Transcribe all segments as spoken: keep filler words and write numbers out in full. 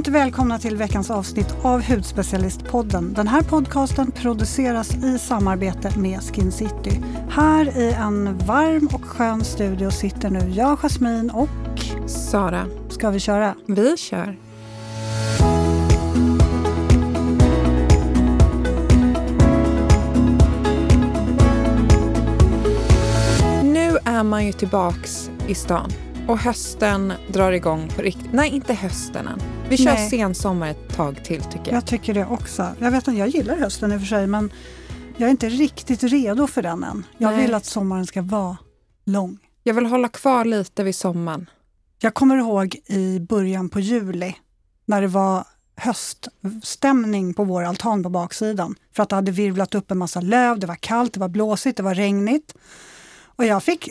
Varmt välkomna till veckans avsnitt av Hudspecialistpodden. Den här podcasten produceras i samarbete med Skin City. Här i en varm och skön studio sitter nu jag, Jasmin och Sara. Ska vi köra? Vi kör. Nu är man ju tillbaks i stan. Och hösten drar igång på riktigt. Nej, inte hösten än. Vi kör Nej. sensommar ett tag till, tycker jag. Jag tycker det också. Jag vet inte, jag gillar hösten i och för sig, men jag är inte riktigt redo för den än. Jag Nej. vill att sommaren ska vara lång. Jag vill hålla kvar lite vid sommaren. Jag kommer ihåg i början på juli när det var höststämning på vår altan på baksidan. För att det hade virvlat upp en massa löv, det var kallt, det var blåsigt, det var regnigt. Och jag fick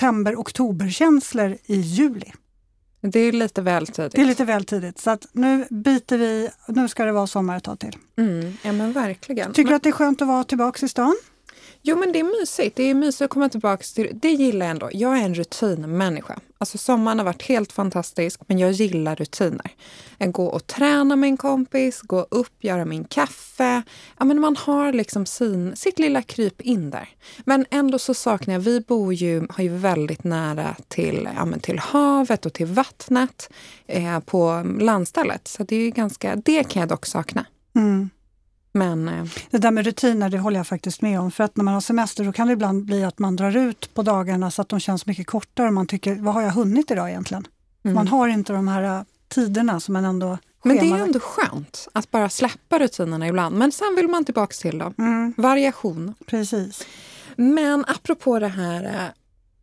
september-oktober-känslor i juli. Det är lite väl tidigt. Det är lite väl tidigt. Så att nu byter vi, nu ska det vara sommar ett tag till. Mm, ja, men verkligen. Tycker men... du att det är skönt att vara tillbaka i stan? Jo, men det är mysigt. Det är mysigt att komma tillbaka till. Det gillar jag ändå. Jag är en rutinmänniska. Alltså sommaren har varit helt fantastisk, men jag gillar rutiner. En gå och träna med en kompis, gå upp, göra min kaffe. Ja, men man har liksom sin, sitt lilla kryp in där. Men ändå så saknar jag, vi bor ju, har ju väldigt nära till, ja, men till havet och till vattnet eh, på landstället. Så det är ju ganska, det kan jag dock sakna. Mm. Men, eh, det där med rutiner, det håller jag faktiskt med om. För att när man har semester då kan det ibland bli att man drar ut på dagarna så att de känns mycket kortare. Och man tycker, vad har jag hunnit idag egentligen? Mm. Man har inte de här tiderna som man ändå... Men det är ju ändå skönt att bara släppa rutinerna ibland. Men sen vill man tillbaka till dem. Mm. Variation. Precis. Men apropå det här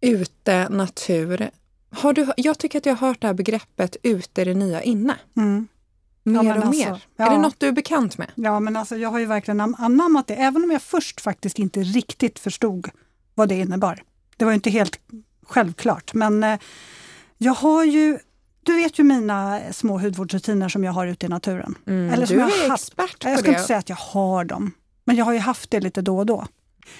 ute, natur. Har du, jag tycker att jag har hört det här begreppet ute är det nya inne. Mm. Mer ja, och alltså, mer. Ja. Är det något du är bekant med? Ja, men alltså jag har ju verkligen anammat det. Även om jag först faktiskt inte riktigt förstod vad det innebar. Det var ju inte helt självklart. Men eh, jag har ju, du vet ju mina små hudvårdsrutiner som jag har ute i naturen. Mm, Eller som du jag är haft. expert på jag ska det. inte säga att jag har dem. Men jag har ju haft det lite då och då.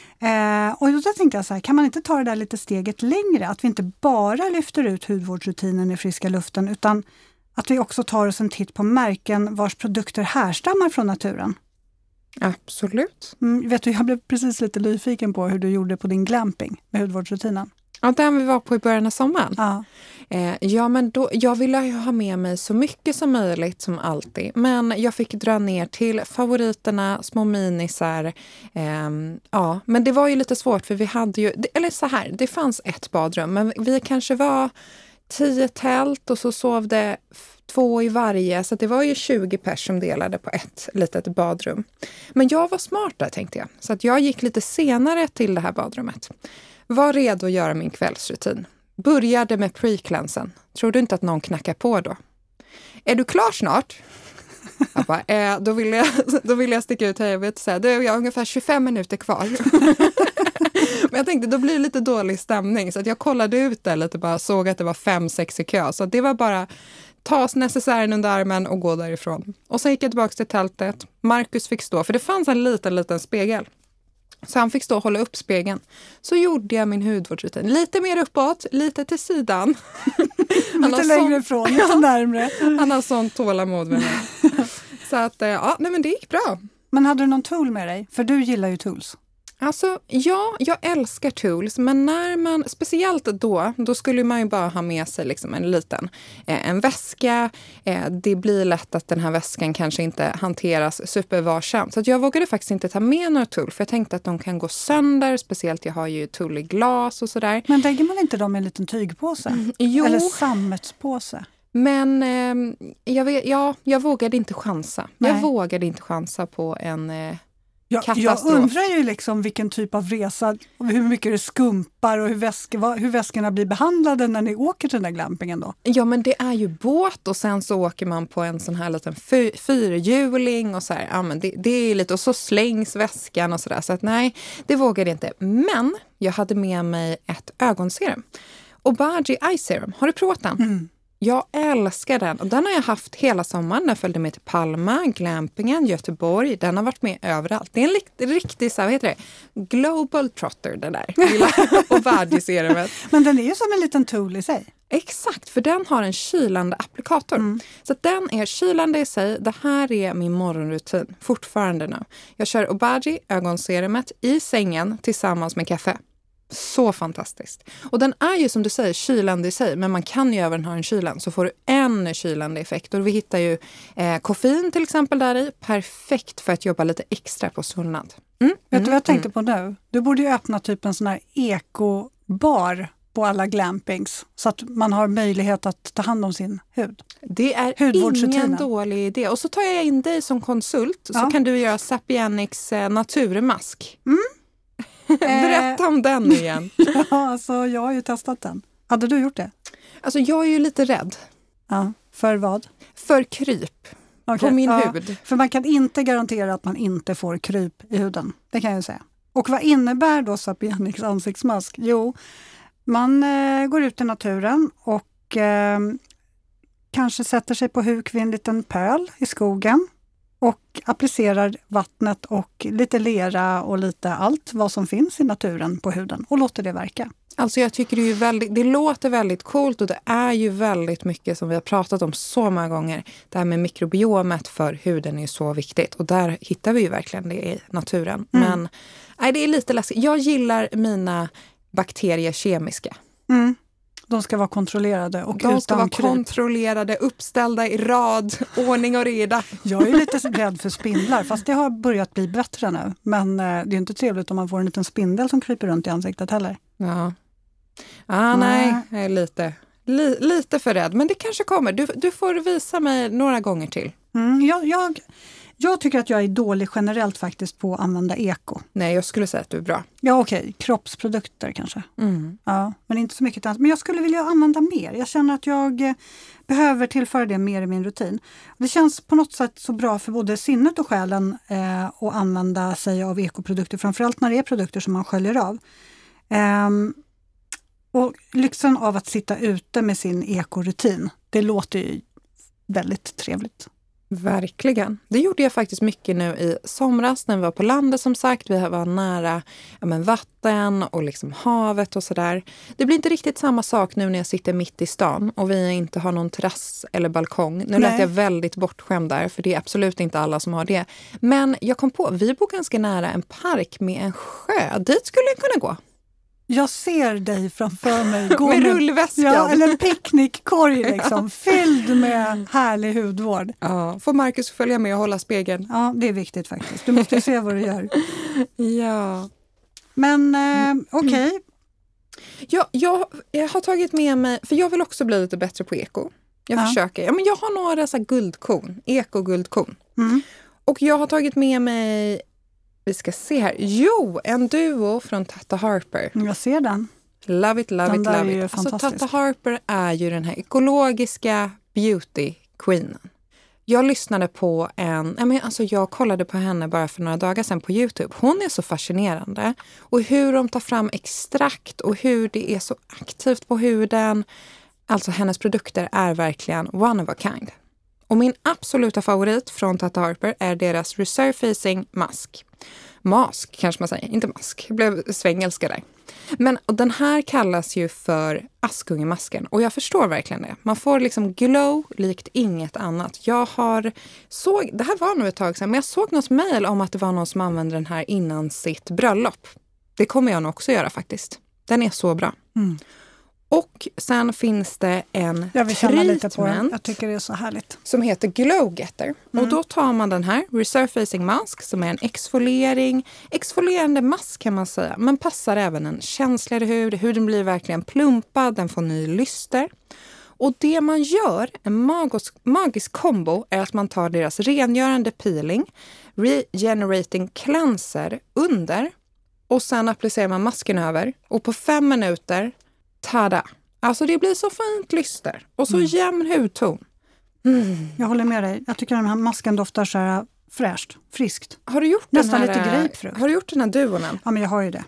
Eh, och då tänkte jag så här, kan man inte ta det där lite steget längre? Att vi inte bara lyfter ut hudvårdsrutinen i friska luften utan att vi också tar oss en titt på märken vars produkter härstammar från naturen. Absolut. Mm, vet du, jag blev precis lite nyfiken på hur du gjorde på din glamping med hudvårdsrutinen. Ja, den vi var på i början av sommaren. Ja, eh, ja men då, jag ville ju ha med mig så mycket som möjligt som alltid. Men jag fick dra ner till favoriterna, små minisar. Eh, ja, men det var ju lite svårt för vi hade ju, eller så här, det fanns ett badrum. Men vi kanske var tio tält och så sov det två i varje. Så det var ju tjugo pers som delade på ett litet badrum. Men jag var smart där, tänkte jag. Så att jag gick lite senare till det här badrummet. Var redo att göra min kvällsrutin. Började med pre-cleansen. Tror du inte att någon knackar på då? Är du klar snart? Jag bara, eh, då, vill jag, då vill jag sticka ut huvudet och säga, du, jag har ungefär tjugofem minuter kvar. Men jag tänkte, då blir det lite dålig stämning. Så att jag kollade ut där lite, bara såg att det var fem, sex i kö. Så det var bara ta necessären under armen och gå därifrån. Och sen gick jag tillbaka till tältet. Marcus fick stå, för det fanns en liten, liten spegel. Så han fick stå och hålla upp spegeln. Så gjorde jag min hudvårdsrutin. Lite mer uppåt, lite till sidan. lite längre sån, ifrån, lite närmare. Han har sånt tålamod med mig. Så att, ja, nej men det gick bra. Men hade du någon tool med dig? För du gillar ju tools. Alltså, ja, jag älskar tools, men när man, speciellt då, då skulle man ju bara ha med sig liksom en liten, eh, en väska. Eh, det blir lätt att den här väskan kanske inte hanteras supervarsamt. Så att jag vågade faktiskt inte ta med några tool, för jag tänkte att de kan gå sönder, speciellt jag har ju tool i glas och sådär. Men lägger man inte dem i en liten tygpåse? Mm, jo. Eller sammetspåse? Men eh, jag, vet, ja, jag vågade inte chansa. Nej. Jag vågade inte chansa på en... Eh, Jag, jag undrar ju liksom vilken typ av resa, hur mycket det skumpar och hur, väsk, hur väskorna blir behandlade när ni åker till den där glampingen då. Ja, men det är ju båt och sen så åker man på en sån här liten fy, fyrhjuling och så här, ja men det, det är lite, och så slängs väskan och sådär. Så att nej, det vågade jag inte. Men jag hade med mig ett ögonserum. Obagi Eye Serum, har du provat den? Mm. Jag älskar den och den har jag haft hela sommaren. Den följde med till Palma, glampingen, Göteborg. Den har varit med överallt. Det är en riktig, så här, vad heter det? Global trotter, den där. Och värdig-serumet. Men den är ju som en liten tool i sig. Exakt, för den har en kylande applikator. Mm. Så att den är kylande i sig. Det här är min morgonrutin fortfarande nu. Jag kör Obagi ögonserumet i sängen tillsammans med kaffe. Så fantastiskt. Och den är ju som du säger kylande i sig, men man kan ju även ha en kylan så får du en kylande effekt. Och vi hittar ju eh, koffein till exempel där i. Perfekt för att jobba lite extra på svullnad. Mm. Vet mm. du vad jag tänkte på nu? Du borde ju öppna typ en sån här ekobar på alla glampings så att man har möjlighet att ta hand om sin hud. Det är ingen dålig idé. Och så tar jag in dig som konsult ja. Så kan du göra Sapienix eh, naturmask. Mm. Berätta om den igen. Ja, alltså jag har ju testat den. Hade du gjort det? Alltså jag är ju lite rädd. Ja, för vad? För kryp okay. på min ja, hud. För man kan inte garantera att man inte får kryp i huden. Det kan jag ju säga. Och vad innebär då Sapienix ansiktsmask? Jo, man eh, går ut i naturen och eh, kanske sätter sig på huk vid en liten pöl i skogen. Och applicerar vattnet och lite lera och lite allt vad som finns i naturen på huden och låter det verka. Alltså jag tycker det, är ju väldigt, det låter väldigt coolt och det är ju väldigt mycket som vi har pratat om så många gånger. Det här med mikrobiomet för huden är ju så viktigt och där hittar vi ju verkligen det i naturen. Mm. Men nej, det är lite läskigt. Jag gillar mina bakterier kemiska. Mm. De ska vara kontrollerade och De ska vara kryp. kontrollerade, uppställda i rad, ordning och reda. Jag är lite rädd för spindlar, fast det har börjat bli bättre nu. Men eh, det är inte trevligt om man får en liten spindel som kryper runt i ansiktet heller. Ja, ah, nej, jag är lite, li, lite för rädd. Men det kanske kommer. Du, du får visa mig några gånger till. Mm, jag, jag, jag tycker att jag är dålig generellt faktiskt på att använda eko. Nej, jag skulle säga att du är bra. Ja, okej. Okay. Kroppsprodukter kanske. Mm. Ja, men inte så mycket annat. Men jag skulle vilja använda mer. Jag känner att jag eh, behöver tillföra det mer i min rutin. Det känns på något sätt så bra för både sinnet och själen eh, att använda sig av ekoprodukter. Framförallt när det är produkter som man sköljer av. Eh, och lyxen av att sitta ute med sin ekorutin. Det låter ju väldigt trevligt. Verkligen. Det gjorde jag faktiskt mycket nu i somras när vi var på landet som sagt. Vi var nära ja, men vatten och liksom havet och sådär. Det blir inte riktigt samma sak nu när jag sitter mitt i stan och vi inte har någon terrass eller balkong. Nu Nej. lät jag väldigt bortskämd där för det är absolut inte alla som har det. Men jag kom på, vi bor ganska nära en park med en sjö. Dit skulle jag kunna gå. Jag ser dig framför mig. Gå med rullväskan. Ja, eller en picknickkorg liksom. Fylld med härlig hudvård. Ja, får Marcus följa med och hålla spegeln. Ja, det är viktigt faktiskt. Du måste se vad du gör. Ja. Men eh, okej. Okay. Ja, jag, jag har tagit med mig, för jag vill också bli lite bättre på eko. Jag ja. försöker. Ja, men jag har några så här guldkorn. Eko-guldkorn. Mm. Och jag har tagit med mig... Vi ska se här. Jo, en duo från Tata Harper. Jag ser den. Love it, love den it, love it. Alltså, Tata Harper är ju den här ekologiska beauty queenen. Jag lyssnade på en... Jag, men, alltså, jag kollade på henne bara för några dagar sedan på YouTube. Hon är så fascinerande. Och hur de tar fram extrakt och hur det är så aktivt på huden. Alltså hennes produkter är verkligen one of a kind. Och min absoluta favorit från Tata Harper är deras Resurfacing Mask. Mask kanske man säger, inte mask. Jag blev svängelska där. Men den här kallas ju för askungemasken. Och jag förstår verkligen det. Man får liksom glow likt inget annat. Jag har såg, det här var nog ett tag sedan, men jag såg något mejl om att det var någon som använde den här innan sitt bröllop. Det kommer jag nog också göra faktiskt. Den är så bra. Mm. Och sen finns det en jag vill känna lite på den. Jag tycker det är så härligt. Som heter Glow Getter. Mm. Och då tar man den här Resurfacing Mask som är en exfoliering. Exfolierande mask kan man säga. Men passar även en känsligare hud. Huden blir verkligen plumpad. Den får ny lyster. Och det man gör, en magisk, magisk kombo, är att man tar deras rengörande peeling, regenerating cleanser under. Och sen applicerar man masken över. Och på fem minuter... Tada! Alltså det blir så fint lyster. Och så mm. jämn hudton. Mm. Jag håller med dig. Jag tycker den här masken doftar så här fräscht, friskt. Har du gjort Nästan den här, lite grapefrukt. Har du gjort den här duonen? Ja, men jag har ju det.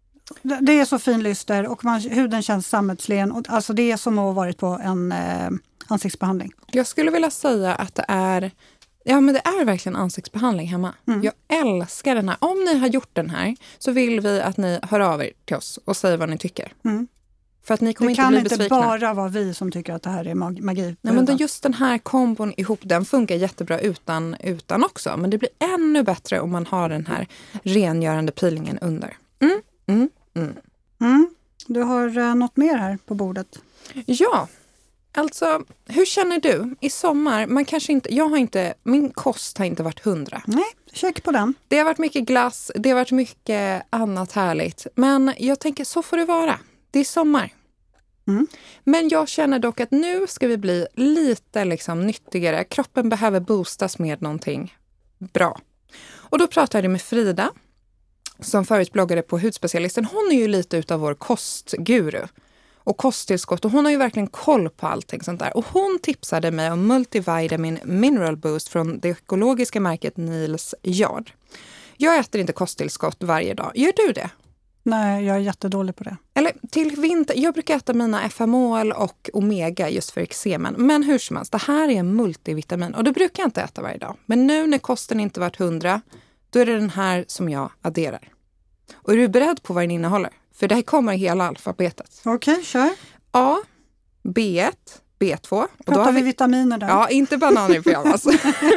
Det är så fin lyster och man, huden känns sammetslen. Och, alltså det är som att ha varit på en eh, ansiktsbehandling. Jag skulle vilja säga att det är... Ja, men det är verkligen ansiktsbehandling hemma. Mm. Jag älskar den här. Om ni har gjort den här så vill vi att ni hör av er till oss och säger vad ni tycker. Mm. För att ni kommer det inte kan bli inte besvikna. bara vara vi som tycker att det här är mag- magi. Nej, men just den här kombon ihop, den funkar jättebra utan, utan också. Men det blir ännu bättre om man har den här rengörande peelingen under. Mm, mm, mm. Mm. Du har uh, något mer här på bordet. Ja, alltså hur känner du i sommar? Man kanske inte, jag har inte, min kost har inte varit hundra. Nej, check på den. Det har varit mycket glass, det har varit mycket annat härligt. Men jag tänker, så får det vara. Det är sommar. Mm. Men jag känner dock att nu ska vi bli lite liksom nyttigare. Kroppen behöver boostas med någonting bra. Och då pratade jag med Frida, som förut bloggade på Hudspecialisten. Hon är ju lite utav vår kostguru och kosttillskott. Och hon har ju verkligen koll på allting sånt där. Och hon tipsade mig om Multivitamin Mineral Boost från det ekologiska märket Nils Yard. Jag äter inte kosttillskott varje dag. Gör du det? Nej, jag är jättedålig på det. Eller till vinter, jag brukar äta mina F M O L och omega just för eksemen. Men hur som helst, det här är en multivitamin och det brukar jag inte äta varje dag. Men nu när kosten inte varit hundra, då är det den här som jag adderar. Och är du beredd på vad den innehåller? För det här kommer i hela alfabetet. Okej, okay, kör. A, B ett, B två. Och pratar då har vi vitaminer där? Ja, inte bananer i pyjamas.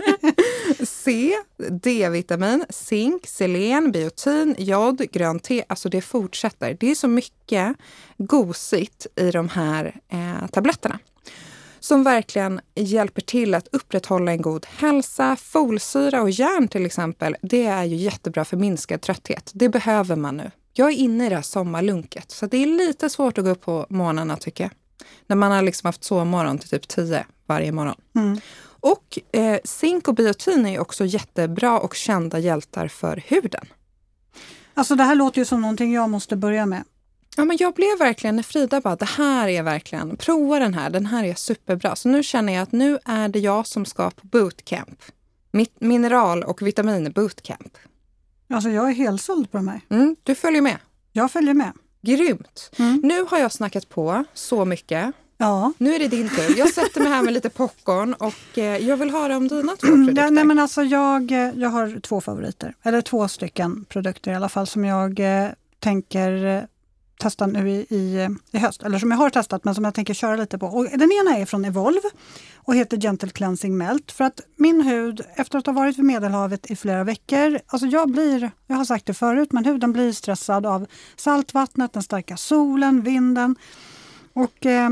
C, D-vitamin, zink, selen, biotin, jod, grönt te. Alltså det fortsätter. Det är så mycket gosigt i de här eh, tabletterna som verkligen hjälper till att upprätthålla en god hälsa. Folsyra och järn till exempel, det är ju jättebra för minskad trötthet. Det behöver man nu. Jag är inne i det här sommarlunket så det är lite svårt att gå upp på morgnarna tycker jag. När man har liksom haft sovmorgon till typ tio varje morgon. Mm. Och eh, zink och biotin är ju också jättebra och kända hjältar för huden. Alltså det här låter ju som någonting jag måste börja med. Ja, men jag blev verkligen, när Frida bara, det här är verkligen, prova den här, den här är superbra. Så nu känner jag att nu är det jag som ska på bootcamp. Mitt mineral- och vitamin bootcamp. Alltså jag är helt såld på de här. Mm, du följer med. Jag följer med. Grymt. Mm. Nu har jag snackat på så mycket. Ja. Nu är det din tur. Jag sätter mig här med lite popcorn och eh, jag vill höra om dina två produkter. Ja, nej men alltså jag, jag har två favoriter. Eller två stycken produkter i alla fall som jag eh, tänker eh, testa nu i, i, i höst. Eller som jag har testat men som jag tänker köra lite på. Och den ena är från Evolve och heter Gentle Cleansing Melt. För att min hud, efter att ha varit vid Medelhavet i flera veckor, alltså jag blir, jag har sagt det förut, men huden blir stressad av saltvattnet, den starka solen, vinden. Och eh,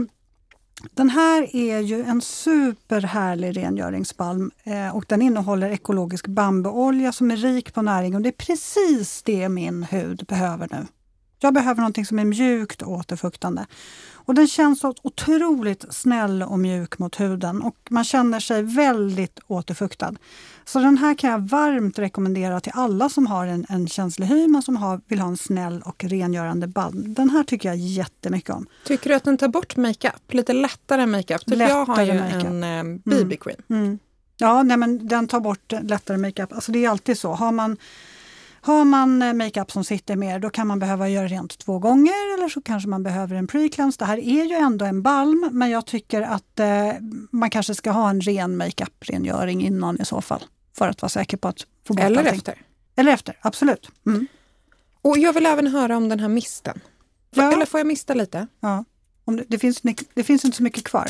den här är ju en superhärlig rengöringsbalm eh, och den innehåller ekologisk bambuolja som är rik på näring och det är precis det min hud behöver nu. Jag behöver någonting som är mjukt och återfuktande. Och den känns så otroligt snäll och mjuk mot huden och man känner sig väldigt återfuktad. Så den här kan jag varmt rekommendera till alla som har en, en känslig hy men som har, vill ha en snäll och rengörande balm. Den här tycker jag jättemycket om. Tycker du att den tar bort makeup? Lite lättare makeup? Typ lättare jag har ju makeup. en eh, B B-cream. Mm. Mm. Ja, nej, men den tar bort lättare makeup. Alltså det är alltid så. Har man Har man makeup som sitter mer, då kan man behöva göra rent två gånger eller så kanske man behöver en pre-cleanse. Det här är ju ändå en balm, men jag tycker att eh, man kanske ska ha en ren makeup-rengöring innan i så fall. För att vara säker på att få bort Eller allting. efter. Eller efter, absolut. Mm. Och jag vill även höra om den här misten. Ja. Eller får jag mista lite? Ja. Om det, det, finns, det finns inte så mycket kvar.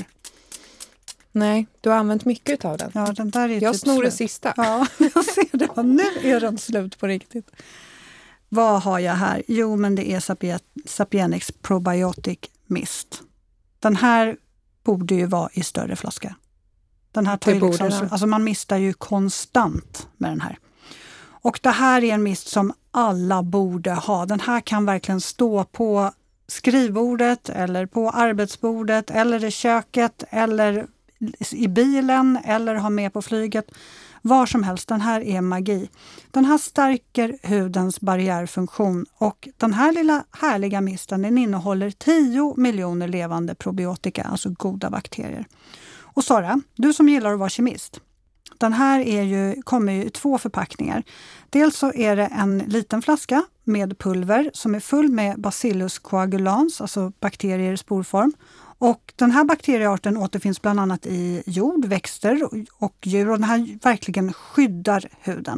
Nej, du har använt mycket av den. Ja, den där är jag typ snor slut. det sista. Ja, jag ser det. Nu är den slut på riktigt. Vad har jag här? Jo, men det är Sapienix Probiotic Mist. Den här borde ju vara i större flaska. Den här tar ju liksom, alltså man mistar ju konstant med den här. Och det här är en mist som alla borde ha. Den här kan verkligen stå på skrivbordet eller på arbetsbordet eller i köket eller i bilen eller ha med på flyget. Var som helst, den här är magi. Den här stärker hudens barriärfunktion och den här lilla härliga misten den innehåller tio miljoner levande probiotika, alltså goda bakterier. Och Sara, du som gillar att vara kemist, den här är ju, kommer ju i två förpackningar. Dels så är det en liten flaska med pulver som är full med Bacillus coagulans, alltså bakterier i sporform. Och den här bakteriearten återfinns bland annat i jord, växter och djur och den här verkligen skyddar huden.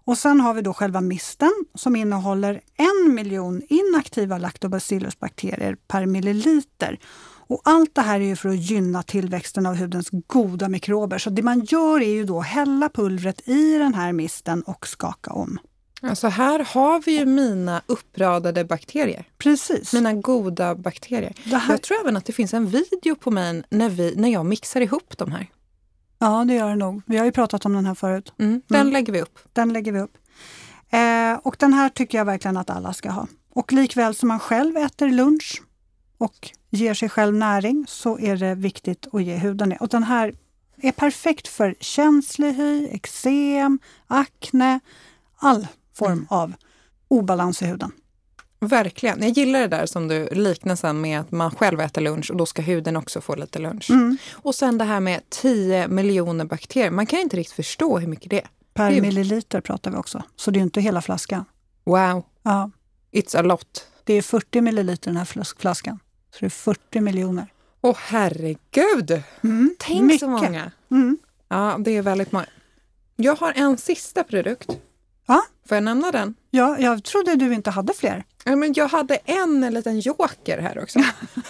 Och sen har vi då själva misten som innehåller en miljon inaktiva lactobacillusbakterier per milliliter. Och allt det här är ju för att gynna tillväxten av hudens goda mikrober. Så det man gör är ju då att hälla pulvret i den här misten och skaka om. Alltså här har vi ju mina uppradade bakterier. Precis. Mina goda bakterier. Det här... Jag tror även att det finns en video på mig när, vi, när jag mixar ihop de här. Ja, det gör det nog. Vi har ju pratat om den här förut. Mm, den mm. lägger vi upp. Den lägger vi upp. Eh, och den här tycker jag verkligen att alla ska ha. Och likväl som man själv äter lunch och ger sig själv näring så är det viktigt att ge huden det. Och den här är perfekt för känslig hy, eksem, akne, all form mm. av obalans i huden. Verkligen. Jag gillar det där som du liknelsen med att man själv äter lunch och då ska huden också få lite lunch. Mm. Och sen det här med tio miljoner bakterier. Man kan inte riktigt förstå hur mycket det är. Per det är... milliliter pratar vi också. Så det är inte hela flaskan. Wow. Ja. It's a lot. Det är fyrtio milliliter den här flaskan. Så det är fyrtio miljoner. Åh oh, herregud. Mm. Tänk mycket. Så många. Mm. Ja, det är väldigt många. Jag har en sista produkt. Ja. Får jag nämna den? Ja, jag trodde du inte hade fler. Ja, men jag hade en, en liten joker här också.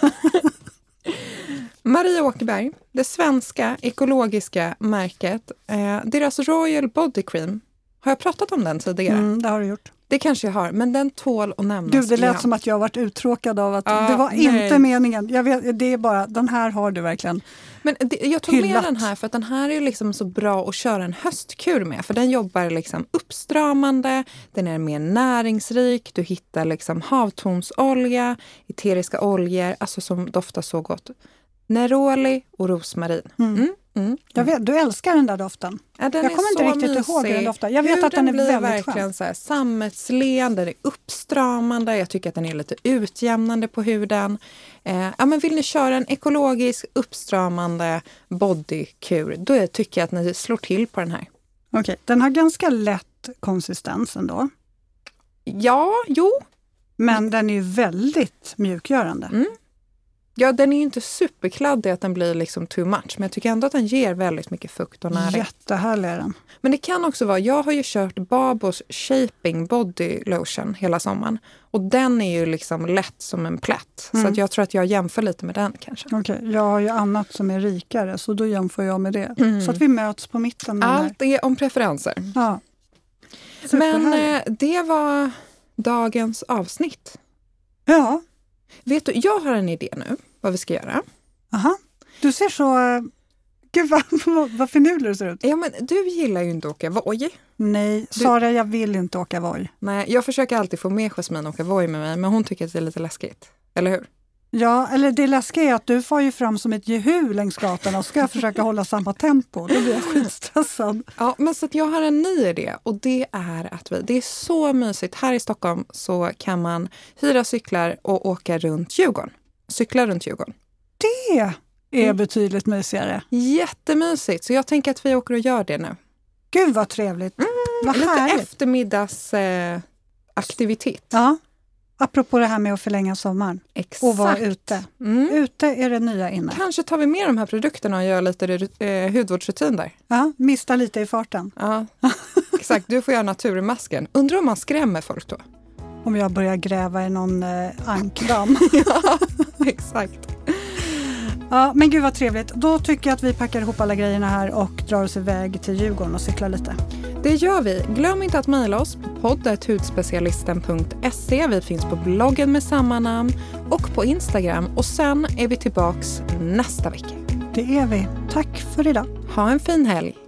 Maria Åkerberg, det svenska ekologiska märket, eh, deras Royal Body Cream. Har jag pratat om den tidigare? Mm, det har du gjort. Det kanske jag har, men den tål att nämnas. Gud, det lät igen. som att jag varit uttråkad av att ah, det var nej. inte meningen. Jag vet, det är bara, den här har du verkligen Men det, jag tog hyllat. med den här för att den här är liksom så bra att köra en höstkur med. För den jobbar liksom uppstramande, den är mer näringsrik. Du hittar liksom havtornsolja, eteriska oljor, alltså som doftar så gott. Neroli och rosmarin. Mm. Mm, mm. Jag vet, du älskar den där doften. Ja, den jag kommer inte riktigt mysig. ihåg hur den doftar. Jag vet Hur att den är blir väldigt verkligen skön. Så här, sammetslen, den är uppstramande. Jag tycker att den är lite utjämnande på huden. Eh, ja, men vill ni köra en ekologisk uppstramande bodykur, då tycker jag att ni slår till på den här. Okej, okay. Den har ganska lätt konsistens ändå. Ja, jo. Men den är ju väldigt mjukgörande. Mm. Ja, den är ju inte superkladdig att den blir liksom too much. Men jag tycker ändå att den ger väldigt mycket fukt och näring. Jättehärlig är den. Men det kan också vara, jag har ju kört Babos Shaping Body Lotion hela sommaren. Och den är ju liksom lätt som en plätt. Mm. Så att jag tror att jag jämför lite med den kanske. Okej, okay. Jag har ju annat som är rikare så då jämför jag med det. Mm. Så att vi möts på mitten. Med Allt är om preferenser. Ja. Men eh, det var dagens avsnitt. Ja. Vet du, jag har en idé nu vad vi ska göra. Aha. Du ser så... Gud, vad, vad, vad finurlig du ser ut. Ja, men du gillar ju inte att åka Voi. Nej, du... Sara, jag vill inte åka Voi. Nej, jag försöker alltid få med Jasmine åka Voi med mig, men hon tycker att det är lite läskigt. Eller hur? Ja, eller det läskiga är att du får ju fram som ett jehu längs gatan och ska jag försöka hålla samma tempo. Då blir jag skitstressad. Ja, men så att jag har en ny idé och det är att vi, det är så mysigt. Här i Stockholm så kan man hyra cyklar och åka runt Djurgården. Cykla runt Djurgården. Det är mm. betydligt mysigare. Jättemysigt, så jag tänker att vi åker och gör det nu. Gud vad trevligt. Mm, vad lite härligt. eftermiddagsaktivitet. Eh, ja. Apropå det här med att förlänga sommaren. Exakt. Och vara ute. Mm. Ute är det nya inne. Kanske tar vi med de här produkterna och gör lite eh, hudvårdsrutin där. Ja, mista lite i farten. Ja, exakt. Du får göra naturmasken. Undrar om man skrämmer folk då? Om jag börjar gräva i någon eh, ankdamm. Ja, exakt. Ja, men gud vad trevligt. Då tycker jag att vi packar ihop alla grejerna här och drar oss iväg till Djurgården och cyklar lite. Det gör vi. Glöm inte att mejla oss på podd at hudspecialisten punkt se. Vi finns på bloggen med samma namn och på Instagram. Och sen är vi tillbaks nästa vecka. Det är vi. Tack för idag. Ha en fin helg.